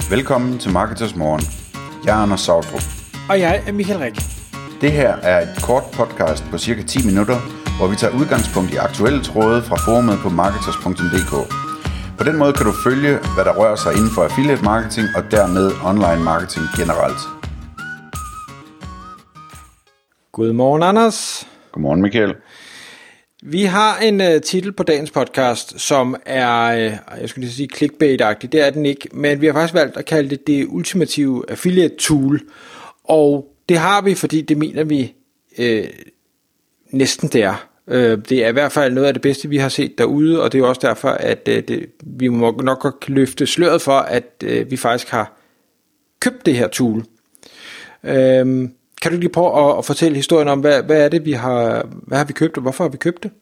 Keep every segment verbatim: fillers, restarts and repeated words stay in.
Velkommen til Marketers Morgen. Jeg er Anders Sautrup. Og jeg er Michael Rik. Det her er et kort podcast på cirka ti minutter, hvor vi tager udgangspunkt i aktuelle tråde fra forumet på marketers punktum d k. På den måde kan du følge, hvad der rører sig inden for affiliate marketing og dermed online marketing generelt. Godmorgen, Anders. Godmorgen, Michael. Vi har en uh, titel på dagens podcast, som er, uh, jeg skulle lige sige clickbait-agtig, det er den ikke, men vi har faktisk valgt at kalde det det ultimative affiliate tool, og det har vi, fordi det mener vi uh, næsten det er. Uh, det er i hvert fald noget af det bedste, vi har set derude, og det er også derfor, at uh, det, vi må nok godt løfte sløret for, at uh, vi faktisk har købt det her tool. Uh, Kan du lige prøve at, at fortælle historien om, hvad, hvad er det, vi har, hvad har vi købt, og hvorfor har vi købt det?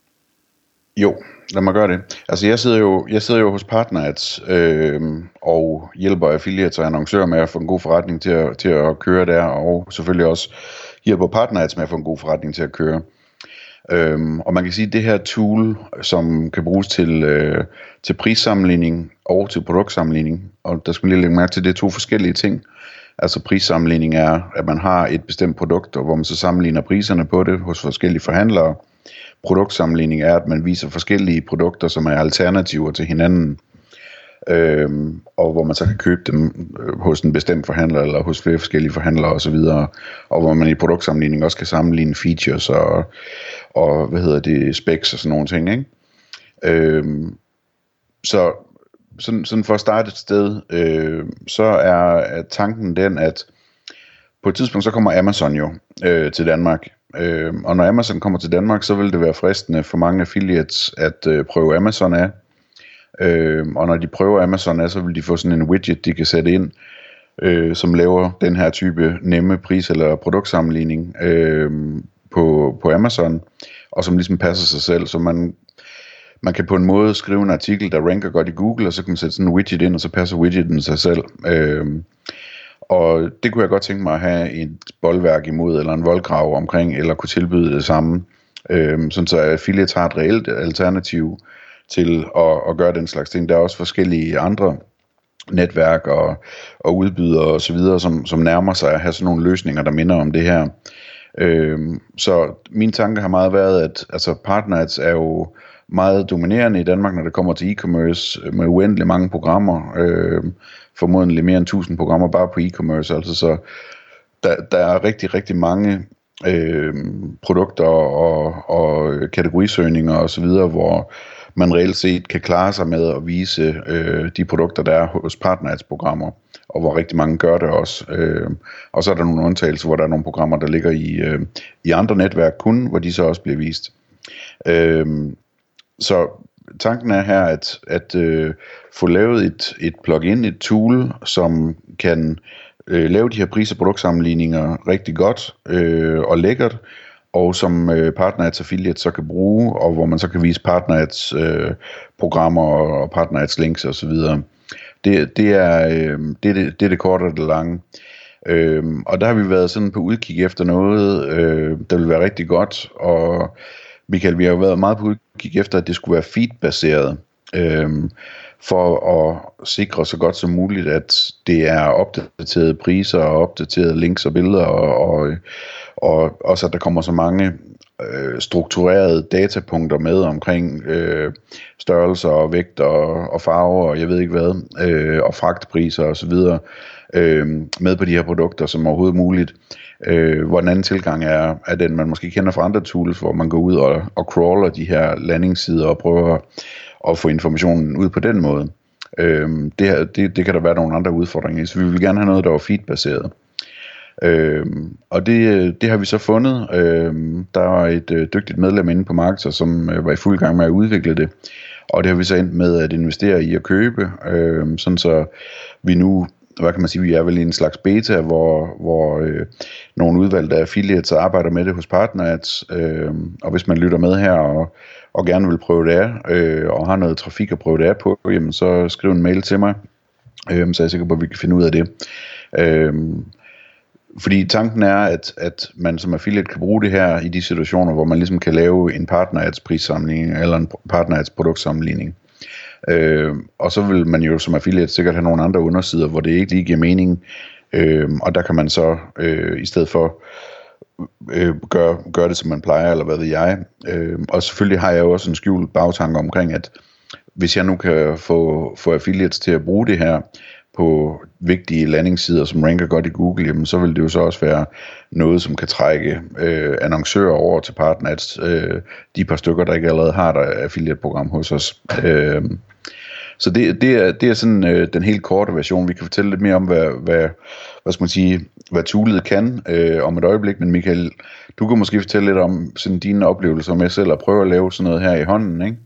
Jo, lad mig gøre det. Altså jeg sidder jo, jeg sidder jo hos PartnerAds øh, og hjælper affiliates og annoncører med at få en god forretning til at, til at køre der, og selvfølgelig også hjælper PartnerAds med at få en god forretning til at køre. Øhm, og man kan sige, at det her tool, som kan bruges til, øh, til prissammenligning og til produktsammenligning, og der skal man lige lægge mærke til, at det er to forskellige ting. Altså prissammenligning er, at man har et bestemt produkt, og hvor man så sammenligner priserne på det hos forskellige forhandlere. Produktsammenligning er, at man viser forskellige produkter, som er alternativer til hinanden, øhm, og hvor man så kan købe dem hos en bestemt forhandler, eller hos flere forskellige forhandlere osv., og hvor man i produktsammenligning også kan sammenligne features og, og hvad hedder det, specs og sådan nogle ting, ikke? Øhm, så Sådan, sådan for at starte et sted, øh, så er, er tanken den, at på et tidspunkt så kommer Amazon jo øh, til Danmark. Øh, og når Amazon kommer til Danmark, så vil det være fristende for mange affiliates at øh, prøve Amazon af. Øh, og når de prøver Amazon af, så vil de få sådan en widget, de kan sætte ind, øh, som laver den her type nemme pris- eller produktsammenligning øh, på, på Amazon, og som ligesom passer sig selv, så man... Man kan på en måde skrive en artikel, der ranker godt i Google, og så kan man sætte sådan en widget ind, og så passer widgeten sig selv. Øhm, og det kunne jeg godt tænke mig at have et boldværk imod, eller en voldgrav omkring, eller kunne tilbyde det samme. Øhm, sådan så affiliates har et reelt alternativ til at, at gøre den slags ting. Der er også forskellige andre netværk og, og udbydere og så videre, som, som nærmer sig at have sådan nogle løsninger, der minder om det her. Øhm, så min tanke har meget været, at altså PartnerAds er jo meget dominerende i Danmark, når det kommer til e-commerce, med uendelig mange programmer, øh, formodentlig mere end tusind programmer bare på e-commerce, altså så der, der er rigtig, rigtig mange øh, produkter og, og kategorisøgninger og så videre, hvor man reelt set kan klare sig med at vise øh, de produkter, der er hos PartnerAds programmer, og hvor rigtig mange gør det også. Øh, og så er der nogle undtagelser, hvor der er nogle programmer, der ligger i, øh, i andre netværk kun, hvor de så også bliver vist. Øh, Så tanken er her at, at øh, få lavet et, et plugin, et tool, som kan øh, lave de her pris- og produktsammenligninger rigtig godt øh, og lækkert, og som øh, PartnerAds affiliate så kan bruge, og hvor man så kan vise PartnerAds øh, programmer og PartnerAds links osv. Det, det, er, øh, det, er det, det er det korte og det lange. Øh, og der har vi været sådan på udkig efter noget, øh, der vil være rigtig godt, og Michael, vi har jo været meget på udkig efter, at det skulle være feed-baseret, øhm, for at sikre så godt som muligt, at det er opdaterede priser og opdaterede links og billeder, og, og, og også at der kommer så mange øh, strukturerede datapunkter med omkring øh, størrelser og vægt og, og farver og jeg ved ikke hvad, øh, og fragtpriser og så videre, øh, med på de her produkter som overhovedet muligt. Øh, hvor den anden tilgang er, er den, man måske kender fra andre tools, hvor man går ud og, og crawler de her landingssider og prøver at få informationen ud på den måde. Øh, det, her, det, det kan der være nogle andre udfordringer i, så vi vil gerne have noget, der var feed-baseret. Øh, og det, det har vi så fundet. Øh, der var et øh, dygtigt medlem inde på Marketer, som øh, var i fuld gang med at udvikle det, og det har vi så endt med at investere i at købe, øh, sådan så vi nu, hvad kan man sige, vi er vel i en slags beta, hvor, hvor øh, nogle udvalgte affiliates arbejder med det hos PartnerAds, øh, og hvis man lytter med her og, og gerne vil prøve det af, øh, og har noget trafik at prøve det af på, jamen så skriv en mail til mig, øh, så er jeg sikker på, at vi kan finde ud af det. Øh, fordi tanken er, at, at man som affiliate kan bruge det her i de situationer, hvor man ligesom kan lave en PartnerAds prissammenligning, eller en PartnerAds produktsammenligning. Øh, og så vil man jo som affiliate sikkert have nogle andre undersider, hvor det ikke lige giver mening. Øh, og der kan man så øh, i stedet for øh, gøre, gøre det, som man plejer, eller hvad ved jeg. Øh, og selvfølgelig har jeg jo også en skjult bagtanke omkring, at hvis jeg nu kan få, få affiliates til at bruge det her på vigtige landingssider, som ranker godt i Google, jamen, så vil det jo så også være noget, som kan trække øh, annoncører over til Partners, øh, de par stykker, der ikke allerede har der affiliate-program hos os. Øh, så det, det, er, det er sådan øh, den helt korte version. Vi kan fortælle lidt mere om, hvad, hvad, hvad skal man sige, hvad toolet kan øh, om et øjeblik, men Michael, du kan måske fortælle lidt om sådan dine oplevelser med selv at prøve at lave sådan noget her i hånden, ikke?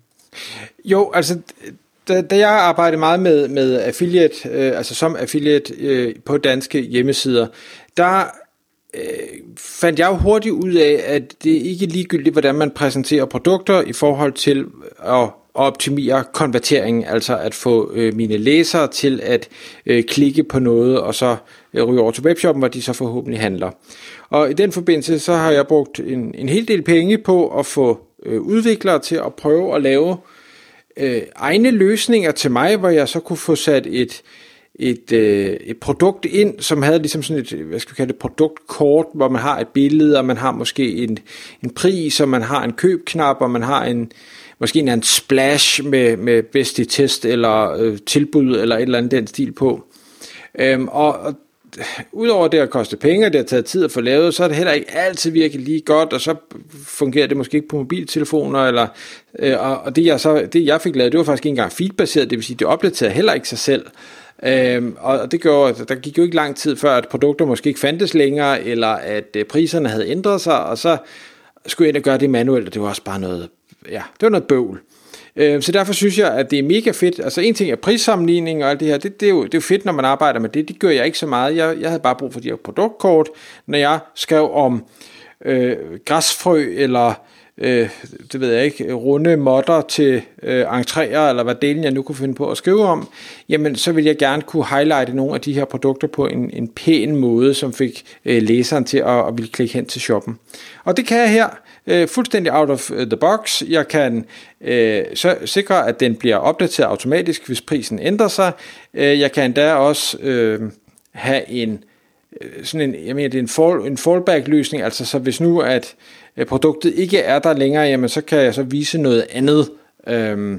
Jo, altså da, da jeg arbejdede meget med, med affiliate, øh, altså som affiliate øh, på danske hjemmesider, der øh, fandt jeg jo hurtigt ud af, at det ikke er ligegyldigt, hvordan man præsenterer produkter i forhold til at optimere konverteringen, altså at få øh, mine læsere til at øh, klikke på noget, og så øh, ryge over til webshoppen, hvor de så forhåbentlig handler. Og i den forbindelse, så har jeg brugt en, en hel del penge på at få øh, udviklere til at prøve at lave øh, egne løsninger til mig, hvor jeg så kunne få sat et Et, øh, et produkt ind, som havde ligesom sådan et, hvad skal vi kalde det, produktkort, hvor man har et billede, og man har måske en, en pris, og man har en købknap, og man har en, måske en, en splash med, med bedst i test, eller øh, tilbud, eller et eller andet den stil på. Øhm, og, og udover det at koste penge, det har taget tid at få lavet, så er det heller ikke altid virkelig lige godt, og så fungerer det måske ikke på mobiltelefoner, eller, øh, og, og det jeg, så, det jeg fik lavet, det var faktisk ikke engang feedbaseret, det vil sige, det opdaterede heller ikke sig selv. Øhm, og det gjorde, der gik jo ikke lang tid før, at produkter måske ikke fandtes længere, eller at øh, priserne havde ændret sig, og så skulle jeg ind og gøre det manuelt, og det var også bare noget, ja, det var noget bøvl. Øhm, så derfor synes jeg, at det er mega fedt. Altså en ting er prissammenligning og alt det her, det, det, er jo, det er jo fedt, når man arbejder med det. Det gør jeg ikke så meget. Jeg, jeg havde bare brug for de her produktkort, når jeg skrev om øh, græsfrø, eller Øh, det ved jeg ikke, runde modder til øh, entréer, eller hvad delen jeg nu kunne finde på at skrive om, jamen så vil jeg gerne kunne highlighte nogle af de her produkter på en, en pæn måde, som fik øh, læseren til at, at ville klikke hen til shoppen. Og det kan jeg her, øh, fuldstændig out of the box. Jeg kan øh, så sikre, at den bliver opdateret automatisk, hvis prisen ændrer sig. Øh, jeg kan endda også øh, have en sådan en, jeg mener, det er en, fall, en fallback løsning, altså så hvis nu at produktet ikke er der længere, jamen så kan jeg så vise noget andet øhm,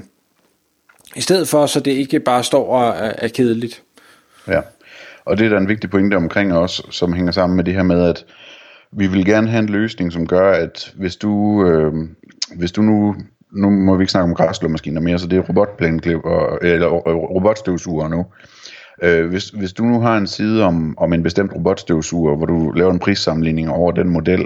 i stedet for, så det ikke bare står og er, er kedeligt. Ja, og det er der en vigtig pointe omkring os, som hænger sammen med det her med, at vi vil gerne have en løsning, som gør, at hvis du, øh, hvis du nu, nu må vi ikke snakke om græsslåmaskiner mere, så det er robotplæneklipper, eller robotstøvsuger nu. Øh, hvis, hvis du nu har en side om, om en bestemt robotstøvsuger, hvor du laver en prissammenligning over den model,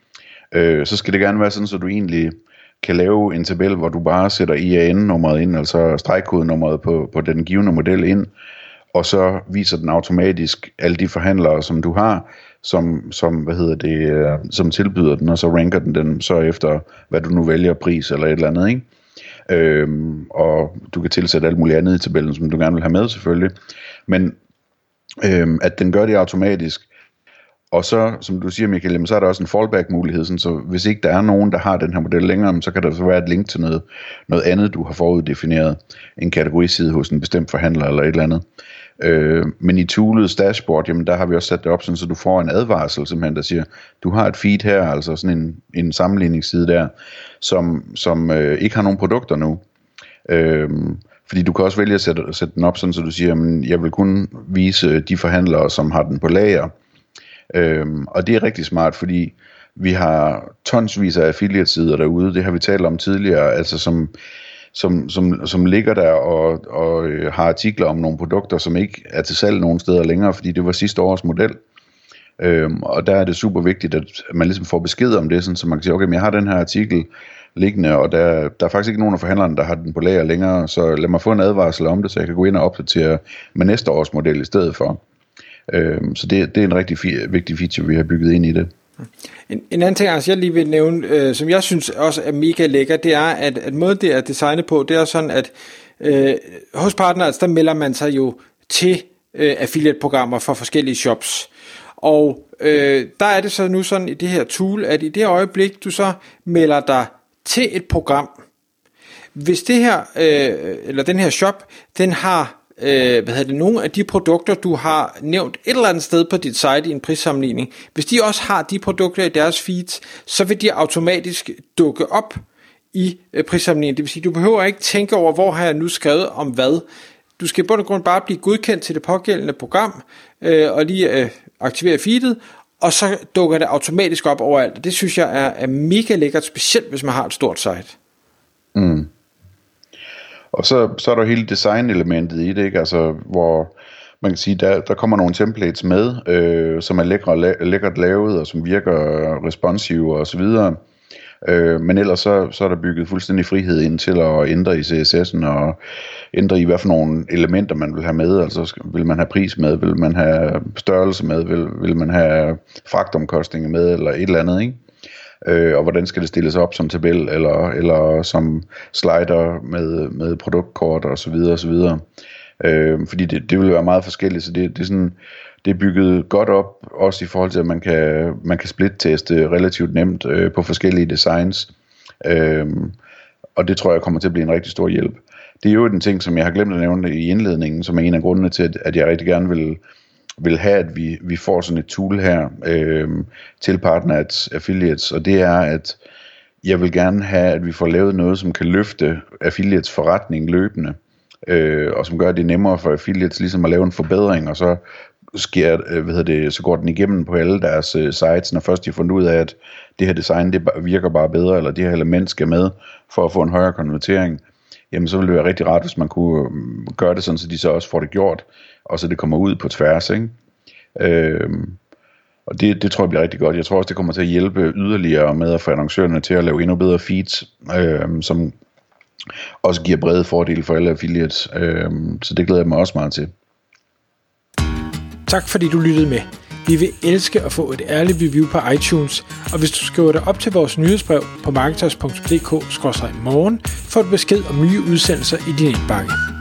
øh, så skal det gerne være sådan, så du egentlig kan lave en tabel, hvor du bare sætter I A N-nummeret ind, altså stregkodenummeret på, på den givne model ind, og så viser den automatisk alle de forhandlere, som du har, som, som, hvad hedder det, som tilbyder den, og så ranker den den så efter, hvad du nu vælger, pris eller et eller andet, ikke? Øhm, og du kan tilsætte alt muligt andet i tabellen, som du gerne vil have med selvfølgelig, men øhm, at den gør det automatisk. Og så, som du siger, Michael, så er der også en fallback mulighed, sådan, så hvis ikke der er nogen, der har den her model længere, så kan der så være et link til noget, noget andet, du har foruddefineret, en kategoriside hos en bestemt forhandler eller et eller andet. Øh, men i toolets dashboard, jamen der har vi også sat det op, sådan, så du får en advarsel, simpelthen, der siger, du har et feed her, altså sådan en, en sammenligningsside der, som, som øh, ikke har nogen produkter nu. Øh, fordi du kan også vælge at sætte, sætte den op, sådan, så du siger, jamen, jeg vil kun vise de forhandlere, som har den på lager. Øhm, og det er rigtig smart, fordi vi har tonsvis af affiliate-sider derude, det har vi talt om tidligere, altså som, som, som, som ligger der og, og øh, har artikler om nogle produkter, som ikke er til salg nogen steder længere, fordi det var sidste års model. Øhm, og der er det super vigtigt, at man ligesom får besked om det, sådan, så man kan sige, okay, men jeg har den her artikel liggende, og der, der er faktisk ikke nogen af forhandlerne, der har den på lager længere, så lad mig få en advarsel om det, så jeg kan gå ind og opdatere med næste års model i stedet for. Så det, det er en rigtig fi- vigtig feature, vi har bygget ind i det. En, en anden ting, altså jeg lige vil nævne, øh, som jeg synes også er mega lækker, det er, at, at måden det er designet på, det er sådan, at øh, hos Partners, der melder man sig jo til øh, affiliate-programmer for forskellige shops. Og øh, der er det så nu sådan i det her tool, at i det øjeblik, du så melder dig til et program, hvis det her, øh, eller den her shop, den har øh, hvad hedder det, nogle af de produkter, du har nævnt et eller andet sted på dit site i en prissammenligning, hvis de også har de produkter i deres feeds, så vil de automatisk dukke op i øh, prissammenligningen. Det vil sige, du behøver ikke tænke over, hvor har jeg nu skrevet om hvad. Du skal i bund og grund bare blive godkendt til det pågældende program, øh, og lige øh, aktivere feedet, og så dukker det automatisk op overalt. Og det synes jeg er, er mega lækkert, specielt hvis man har et stort site. Mm. Og så, så er der hele design-elementet i det, ikke? Altså, hvor man kan sige, der, der kommer nogle templates med, øh, som er lækre, lækkert lavet, og som virker responsive og så videre. Øh, men ellers så, så er der bygget fuldstændig frihed ind til at ændre i C S S'en, og ændre i, hvad for nogle elementer man vil have med. Altså, vil man have pris med, vil man have størrelse med, vil, vil man have fragtomkostninger med, eller et eller andet, ikke? Øh, og hvordan skal det stilles op som tabel, eller, eller som slider med, med produktkort, og så videre, og så videre. Øh, fordi det, det vil være meget forskelligt, så det, det er sådan... Det er bygget godt op, også i forhold til, at man kan, man kan split-teste relativt nemt øh, på forskellige designs. Øhm, og det tror jeg kommer til at blive en rigtig stor hjælp. Det er jo en ting, som jeg har glemt at nævne i indledningen, som er en af grundene til, at, at jeg rigtig gerne vil, vil have, at vi, vi får sådan et tool her øh, til partner affiliates. Og det er, at jeg vil gerne have, at vi får lavet noget, som kan løfte affiliates forretning løbende. Øh, og som gør det nemmere for affiliates ligesom at lave en forbedring, og så sker, hvad hedder det, så går den igennem på alle deres uh, sites, når først de har fundet ud af, at det her design, det virker bare bedre, eller det her element skal med, for at få en højere konvertering, jamen så ville det være rigtig rart, hvis man kunne gøre det sådan, så de så også får det gjort, og så det kommer ud på tværs, ikke? Øhm, og det, det tror jeg bliver rigtig godt. Jeg tror også, det kommer til at hjælpe yderligere med at få annoncørerne til at lave endnu bedre feeds, øhm, som også giver brede fordele for alle affiliates, øhm, så det glæder jeg mig også meget til. Tak fordi du lyttede med. Vi vil elske at få et ærligt review på iTunes, og hvis du skriver dig op til vores nyhedsbrev på marketers punktum d k skråstreg morgen, får du besked om nye udsendelser i din indbakke.